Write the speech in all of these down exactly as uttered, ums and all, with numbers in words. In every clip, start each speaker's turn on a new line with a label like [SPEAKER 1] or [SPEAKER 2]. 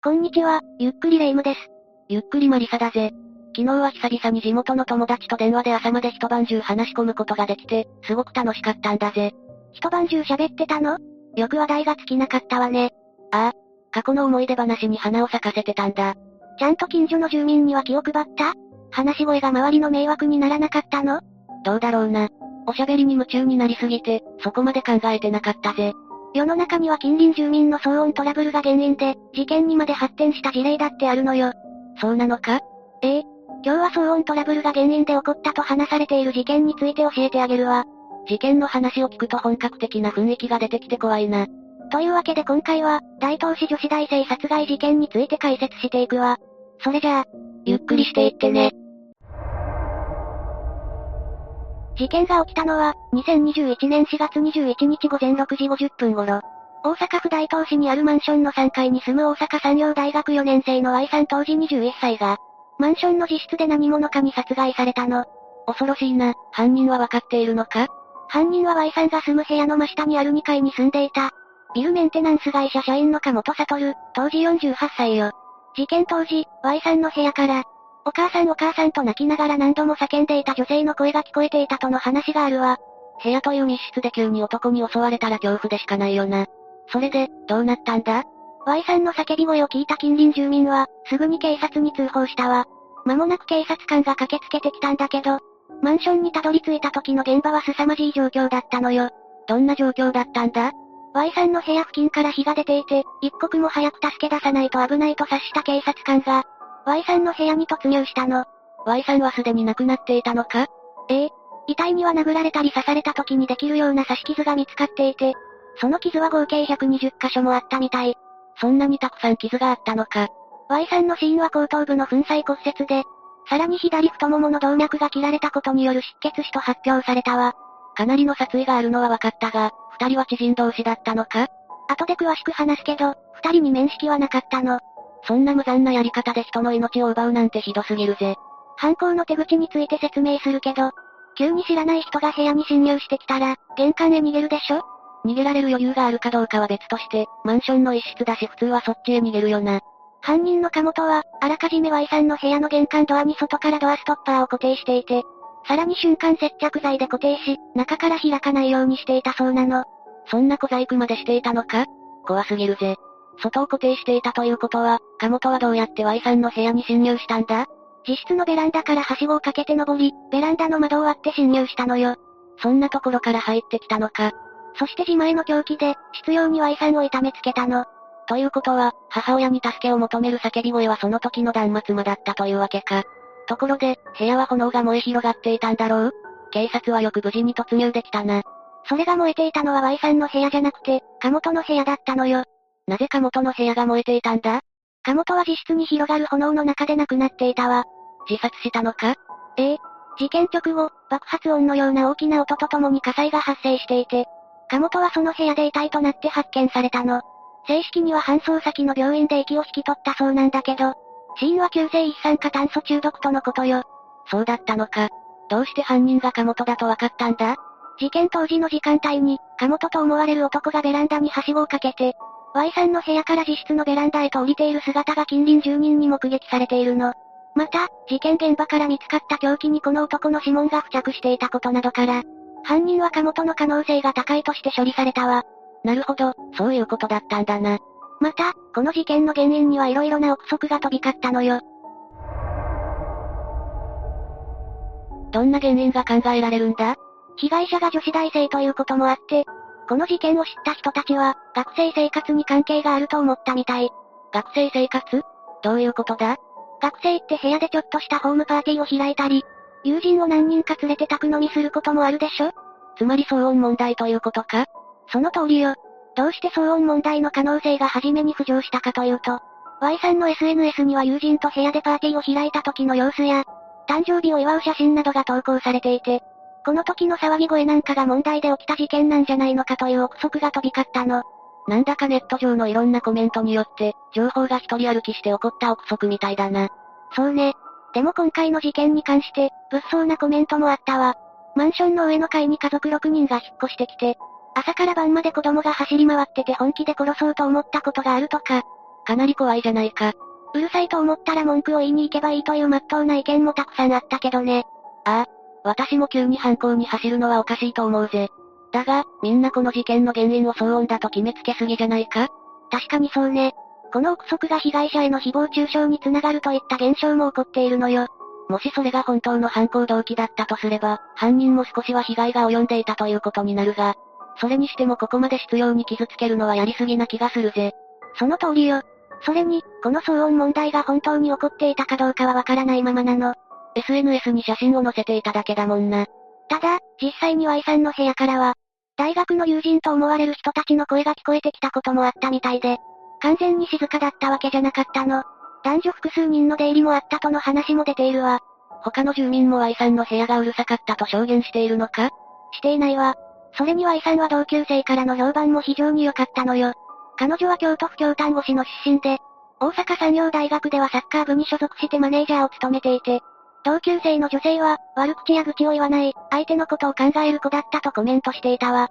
[SPEAKER 1] こんにちは、ゆっくりレ夢ムです。
[SPEAKER 2] ゆっくりマリサだぜ。昨日は久々に地元の友達と電話で朝まで一晩中話し込むことができて、すごく楽しかったんだぜ。
[SPEAKER 1] 一晩中喋ってたの？よく話題が尽きなかったわね。
[SPEAKER 2] ああ、過去の思い出話に花を咲かせてたんだ。
[SPEAKER 1] ちゃんと近所の住民には気を配った？話し声が周りの迷惑にならなかったの？
[SPEAKER 2] どうだろうな。おしゃべりに夢中になりすぎて、そこまで考えてなかったぜ。
[SPEAKER 1] 世の中には近隣住民の騒音トラブルが原因で、事件にまで発展した事例だってあるのよ。
[SPEAKER 2] そうなのか？
[SPEAKER 1] ええ。今日は騒音トラブルが原因で起こったと話されている事件について教えてあげるわ。
[SPEAKER 2] 事件の話を聞くと本格的な雰囲気が出てきて怖いな。
[SPEAKER 1] というわけで今回は、大東市女子大生殺害事件について解説していくわ。それじゃあ、
[SPEAKER 2] ゆっくりしていってね。
[SPEAKER 1] 事件が起きたのは、にせんにじゅういちねんしがつにじゅういちにちごぜんろくじごじゅっぷん頃。大阪府大東市にあるマンションのさんがいに住む大阪産業大学よねん生の Y さん当時にじゅういっさいが、マンションの自室で何者かに殺害されたの。
[SPEAKER 2] 恐ろしいな、犯人はわかっているのか？
[SPEAKER 1] 犯人は Y さんが住む部屋の真下にあるにかいに住んでいた。ビルメンテナンス会社社員の加本悟、当時よんじゅうはっさいよ。事件当時、Y さんの部屋から、お母さんお母さんと泣きながら何度も叫んでいた女性の声が聞こえていたとの話があるわ。
[SPEAKER 2] 部屋という密室で急に男に襲われたら恐怖でしかないよな。それで、どうなったんだ？
[SPEAKER 1] Y さんの叫び声を聞いた近隣住民は、すぐに警察に通報したわ。間もなく警察官が駆けつけてきたんだけど、マンションにたどり着いた時の現場は凄まじい状況だったのよ。
[SPEAKER 2] どんな状況だったんだ？
[SPEAKER 1] Y さんの部屋付近から火が出ていて、一刻も早く助け出さないと危ないと察した警察官が、Y さんの部屋に突入したの。
[SPEAKER 2] Y さんはすでに亡くなっていたのか？
[SPEAKER 1] ええ。遺体には殴られたり刺された時にできるような刺し傷が見つかっていて、その傷は合計ひゃくにじゅっかしょもあったみたい。
[SPEAKER 2] そんなにたくさん傷があったのか。
[SPEAKER 1] Y さんの死因は後頭部の粉砕骨折で、さらに左太ももの動脈が切られたことによる失血死と発表されたわ。
[SPEAKER 2] かなりの殺意があるのは分かったが、二人は知人同士だったのか？
[SPEAKER 1] 後で詳しく話すけど、二人に面識はなかったの。
[SPEAKER 2] そんな無残なやり方で人の命を奪うなんてひどすぎるぜ。
[SPEAKER 1] 犯行の手口について説明するけど、急に知らない人が部屋に侵入してきたら、玄関へ逃げるでしょ？
[SPEAKER 2] 逃げられる余裕があるかどうかは別として、マンションの一室だし普通はそっちへ逃げるよな。
[SPEAKER 1] 犯人の加本は、あらかじめ Y さんの部屋の玄関ドアに外からドアストッパーを固定していて、さらに瞬間接着剤で固定し、中から開かないようにしていたそうなの。
[SPEAKER 2] そんな小細工までしていたのか？怖すぎるぜ。外を固定していたということは、加本はどうやって Y さんの部屋に侵入したんだ？
[SPEAKER 1] 自室のベランダからはしごをかけて登り、ベランダの窓を割って侵入したのよ。
[SPEAKER 2] そんなところから入ってきたのか。
[SPEAKER 1] そして自前の凶器で、執拗に Y さんを痛めつけたの。
[SPEAKER 2] ということは、母親に助けを求める叫び声はその時の断末魔だったというわけか。ところで、部屋は炎が燃え広がっていたんだろう？警察はよく無事に突入できたな。
[SPEAKER 1] それが燃えていたのは Y さんの部屋じゃなくて、加本の部屋だったのよ。
[SPEAKER 2] なぜ加本の部屋が燃えていたんだ？
[SPEAKER 1] 加本は自室に広がる炎の中で亡くなっていたわ。
[SPEAKER 2] 自殺したのか？
[SPEAKER 1] ええ。事件直後、爆発音のような大きな音とともに火災が発生していて、加本はその部屋で遺体となって発見されたの。正式には搬送先の病院で息を引き取ったそうなんだけど、死因は急性一酸化炭素中毒とのことよ。
[SPEAKER 2] そうだったのか。どうして犯人が加本だと分かったんだ？
[SPEAKER 1] 事件当時の時間帯に、加本と思われる男がベランダにはしごをかけて、Y さんの部屋から自室のベランダへと降りている姿が近隣住人に目撃されているの。また、事件現場から見つかった凶器にこの男の指紋が付着していたことなどから、犯人は加本の可能性が高いとして処理されたわ。
[SPEAKER 2] なるほど、そういうことだったんだな。
[SPEAKER 1] また、この事件の原因には色々な憶測が飛び交ったのよ。
[SPEAKER 2] どんな原因が考えられるんだ？
[SPEAKER 1] 被害者が女子大生ということもあって、この事件を知った人たちは、学生生活に関係があると思ったみたい。
[SPEAKER 2] 学生生活？どういうことだ？
[SPEAKER 1] 学生って部屋でちょっとしたホームパーティーを開いたり、友人を何人か連れて宅飲みすることもあるでしょ？
[SPEAKER 2] つまり騒音問題ということか？
[SPEAKER 1] その通りよ。どうして騒音問題の可能性が初めに浮上したかというと、Y さんの エスエヌエス には友人と部屋でパーティーを開いた時の様子や、誕生日を祝う写真などが投稿されていて、この時の騒ぎ声なんかが問題で起きた事件なんじゃないのかという憶測が飛び交ったの。
[SPEAKER 2] なんだかネット上のいろんなコメントによって、情報が一人歩きして起こった憶測みたいだな。
[SPEAKER 1] そうね。でも今回の事件に関して、物騒なコメントもあったわ。マンションの上の階に家族ろくにんが引っ越してきて、朝から晩まで子供が走り回ってて本気で殺そうと思ったことがあるとか、
[SPEAKER 2] かなり怖いじゃないか。
[SPEAKER 1] うるさいと思ったら文句を言いに行けばいいという真っ当な意見もたくさんあったけどね。
[SPEAKER 2] ああ。私も急に犯行に走るのはおかしいと思うぜ。だが、みんなこの事件の原因を騒音だと決めつけすぎじゃないか？
[SPEAKER 1] 確かにそうね。この憶測が被害者への誹謗中傷につながるといった現象も起こっているのよ。
[SPEAKER 2] もしそれが本当の犯行動機だったとすれば、犯人も少しは被害が及んでいたということになるが、それにしてもここまで執拗に傷つけるのはやりすぎな気がするぜ。
[SPEAKER 1] その通りよ。それに、この騒音問題が本当に起こっていたかどうかはわからないままなの。
[SPEAKER 2] エスエヌエス に写真を載せていただけだもんな。
[SPEAKER 1] ただ、実際に Y さんの部屋からは、大学の友人と思われる人たちの声が聞こえてきたこともあったみたいで、完全に静かだったわけじゃなかったの。男女複数人の出入りもあったとの話も出ているわ。
[SPEAKER 2] 他の住民も Y さんの部屋がうるさかったと証言しているのか？
[SPEAKER 1] していないわ。それに Y さんは同級生からの評判も非常に良かったのよ。彼女は京都府京丹後市の出身で、大阪産業大学ではサッカー部に所属してマネージャーを務めていて、同級生の女性は、悪口や愚痴を言わない、相手のことを考える子だったとコメントしていたわ。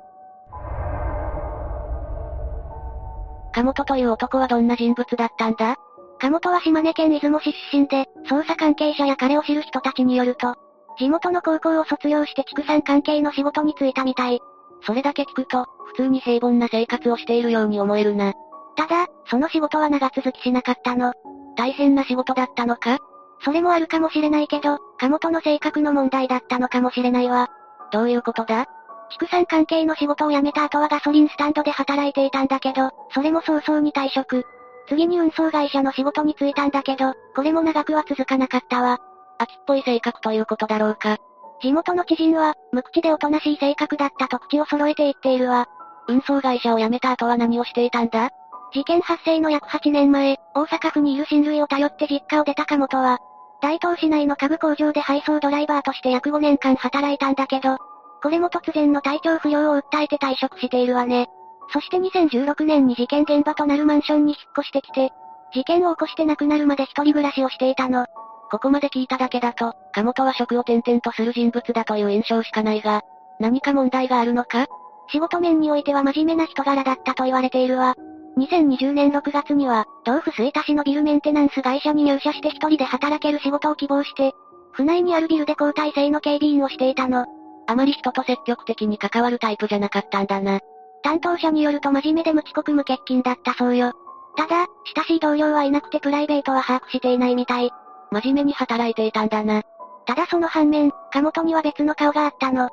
[SPEAKER 2] 鴨本という男はどんな人物だったんだ？
[SPEAKER 1] 鴨本は島根県出雲市出身で、捜査関係者や彼を知る人たちによると、地元の高校を卒業して畜産関係の仕事に就いたみたい。
[SPEAKER 2] それだけ聞くと、普通に平凡な生活をしているように思えるな。
[SPEAKER 1] ただ、その仕事は長続きしなかったの。
[SPEAKER 2] 大変な仕事だったのか？
[SPEAKER 1] それもあるかもしれないけど、鴨本の性格の問題だったのかもしれないわ。
[SPEAKER 2] どういうことだ？
[SPEAKER 1] 畜産関係の仕事を辞めた後はガソリンスタンドで働いていたんだけど、それも早々に退職。次に運送会社の仕事に就いたんだけど、これも長くは続かなかったわ。
[SPEAKER 2] 秋っぽい性格ということだろうか。
[SPEAKER 1] 地元の知人は、無口でおとなしい性格だったと口を揃えて言っているわ。
[SPEAKER 2] 運送会社を辞めた後は何をしていたんだ？
[SPEAKER 1] 事件発生の約はちねんまえ、大阪府にいる親類を頼って実家を出た鴨本は、大東市内の家具工場で配送ドライバーとして約ごねんかん働いたんだけど、これも突然の体調不良を訴えて退職しているわね。そしてにせんじゅうろくねんに事件現場となるマンションに引っ越してきて、事件を起こして亡くなるまで一人暮らしをしていたの。
[SPEAKER 2] ここまで聞いただけだと、鴨本は職を転々とする人物だという印象しかないが、何か問題があるのか？
[SPEAKER 1] 仕事面においては真面目な人柄だったと言われているわ。にせんにじゅうねんろくがつには、同府吹田市のビルメンテナンス会社に入社して一人で働ける仕事を希望して、府内にあるビルで交代制の警備員をしていたの。
[SPEAKER 2] あまり人と積極的に関わるタイプじゃなかったんだな。
[SPEAKER 1] 担当者によると真面目で無遅刻無欠勤だったそうよ。ただ、親しい同僚はいなくてプライベートは把握していないみたい。
[SPEAKER 2] 真面目に働いていたんだな。
[SPEAKER 1] ただその反面、鴨本には別の顔があったの。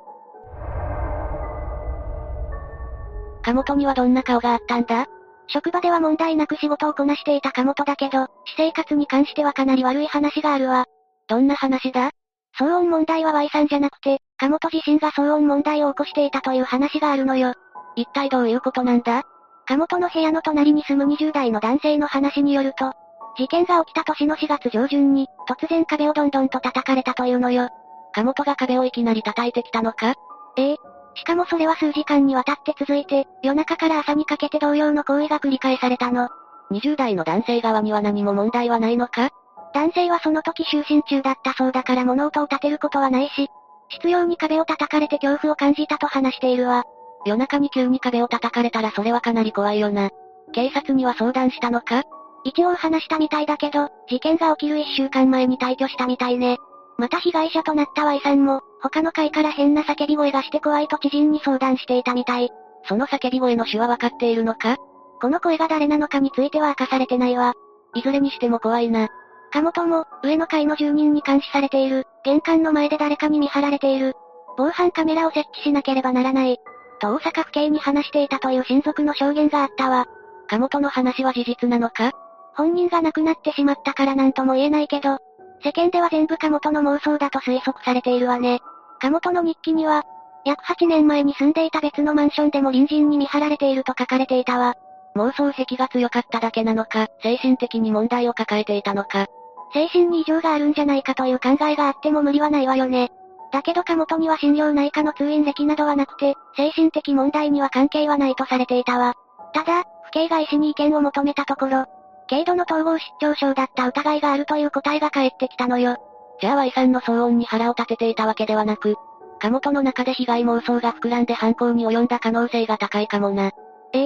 [SPEAKER 2] 鴨本にはどんな顔があったんだ？
[SPEAKER 1] 職場では問題なく仕事をこなしていた鴨本だけど、私生活に関してはかなり悪い話があるわ。
[SPEAKER 2] どんな話だ？
[SPEAKER 1] 騒音問題は Y さんじゃなくて、鴨本自身が騒音問題を起こしていたという話があるのよ。
[SPEAKER 2] 一体どういうことなんだ？
[SPEAKER 1] 鴨本の部屋の隣に住むにじゅうだいの男性の話によると、事件が起きた年のしがつ上旬に、突然壁をどんどんと叩かれたというのよ。
[SPEAKER 2] 鴨本が壁をいきなり叩いてきたのか？
[SPEAKER 1] ええ。しかもそれは数時間にわたって続いて、夜中から朝にかけて同様の行為が繰り返されたの。
[SPEAKER 2] にじゅうだいの男性側には何も問題はないのか？
[SPEAKER 1] 男性はその時就寝中だったそうだから物音を立てることはないし、執拗に壁を叩かれて恐怖を感じたと話しているわ。
[SPEAKER 2] 夜中に急に壁を叩かれたらそれはかなり怖いよな。警察には相談したのか？
[SPEAKER 1] 一応話したみたいだけど、事件が起きるいっしゅうかんまえに退去したみたいね。また被害者となった Y さんも、他の階から変な叫び声がして怖いと知人に相談していたみたい。
[SPEAKER 2] その叫び声の種は分かっているのか？
[SPEAKER 1] この声が誰なのかについては明かされてないわ。
[SPEAKER 2] いずれにしても怖いな。
[SPEAKER 1] 鴨本も、上の階の住人に監視されている、玄関の前で誰かに見張られている、防犯カメラを設置しなければならない、と大阪府警に話していたという親族の証言があったわ。
[SPEAKER 2] 鴨本の話は事実なのか？
[SPEAKER 1] 本人が亡くなってしまったからなんとも言えないけど、世間では全部鴨本の妄想だと推測されているわね。鴨本の日記には、約はちねんまえに住んでいた別のマンションでも隣人に見張られていると書かれていたわ。
[SPEAKER 2] 妄想癖が強かっただけなのか、精神的に問題を抱えていたのか。
[SPEAKER 1] 精神に異常があるんじゃないかという考えがあっても無理はないわよね。だけど鴨本には心療内科の通院歴などはなくて、精神的問題には関係はないとされていたわ。ただ、府警が医師に意見を求めたところ、軽度の統合失調症だった疑いがあるという答えが返ってきたのよ。
[SPEAKER 2] じゃあ Y さんの騒音に腹を立てていたわけではなく、鴨本の中で被害妄想が膨らんで犯行に及んだ可能性が高いかもな。
[SPEAKER 1] ええ、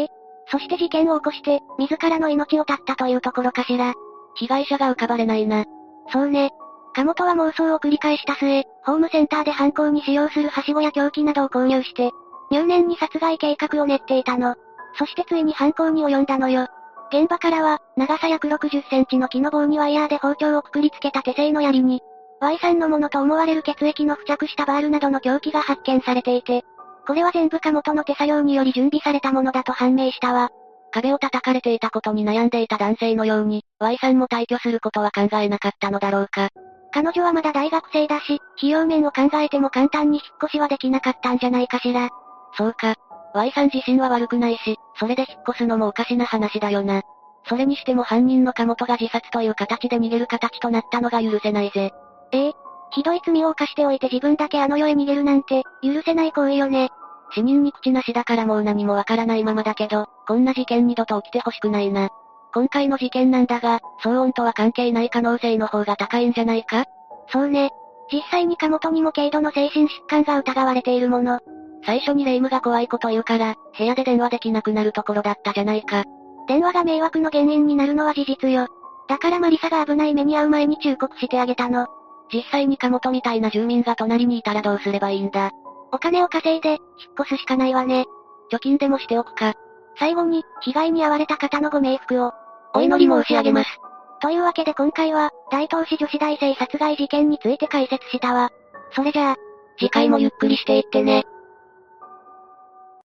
[SPEAKER 1] そして事件を起こして、自らの命を絶ったというところかしら。
[SPEAKER 2] 被害者が浮かばれないな。
[SPEAKER 1] そうね。鴨本は妄想を繰り返した末、ホームセンターで犯行に使用するはしごや凶器などを購入して、入念に殺害計画を練っていたの。そしてついに犯行に及んだのよ。現場からは、長さ約ろくじゅっセンチの木の棒にワイヤーで包丁をくくりつけた手製の槍に、Y さんのものと思われる血液の付着したバールなどの凶器が発見されていて、これは全部鴨本の手作業により準備されたものだと判明したわ。
[SPEAKER 2] 壁を叩かれていたことに悩んでいた男性のように、Y さんも退去することは考えなかったのだろうか。
[SPEAKER 1] 彼女はまだ大学生だし、費用面を考えても簡単に引っ越しはできなかったんじゃないかしら。
[SPEAKER 2] そうか。Y さん自身は悪くないし、それで引っ越すのもおかしな話だよな。それにしても犯人の鴨本が自殺という形で逃げる形となったのが許せないぜ。
[SPEAKER 1] ええ。ひどい罪を犯しておいて自分だけあの世へ逃げるなんて、許せない行為よね。
[SPEAKER 2] 死人に口なしだからもう何もわからないままだけど、こんな事件二度と起きてほしくないな。今回の事件なんだが、騒音とは関係ない可能性の方が高いんじゃないか？
[SPEAKER 1] そうね。実際に鴨本にも軽度の精神疾患が疑われているもの。
[SPEAKER 2] 最初に霊夢が怖いこと言うから、部屋で電話できなくなるところだったじゃないか。
[SPEAKER 1] 電話が迷惑の原因になるのは事実よ。だからマリサが危ない目に遭う前に忠告してあげたの。
[SPEAKER 2] 実際に鴨本みたいな住民が隣にいたらどうすればいいんだ。
[SPEAKER 1] お金を稼いで、引っ越すしかないわね。
[SPEAKER 2] 貯金でもしておくか。
[SPEAKER 1] 最後に、被害に遭われた方のご冥福を、
[SPEAKER 2] お祈り申し上げます。
[SPEAKER 1] というわけで今回は、大東市女子大生殺害事件について解説したわ。それじゃあ、
[SPEAKER 2] 次回もゆっくりしていってね。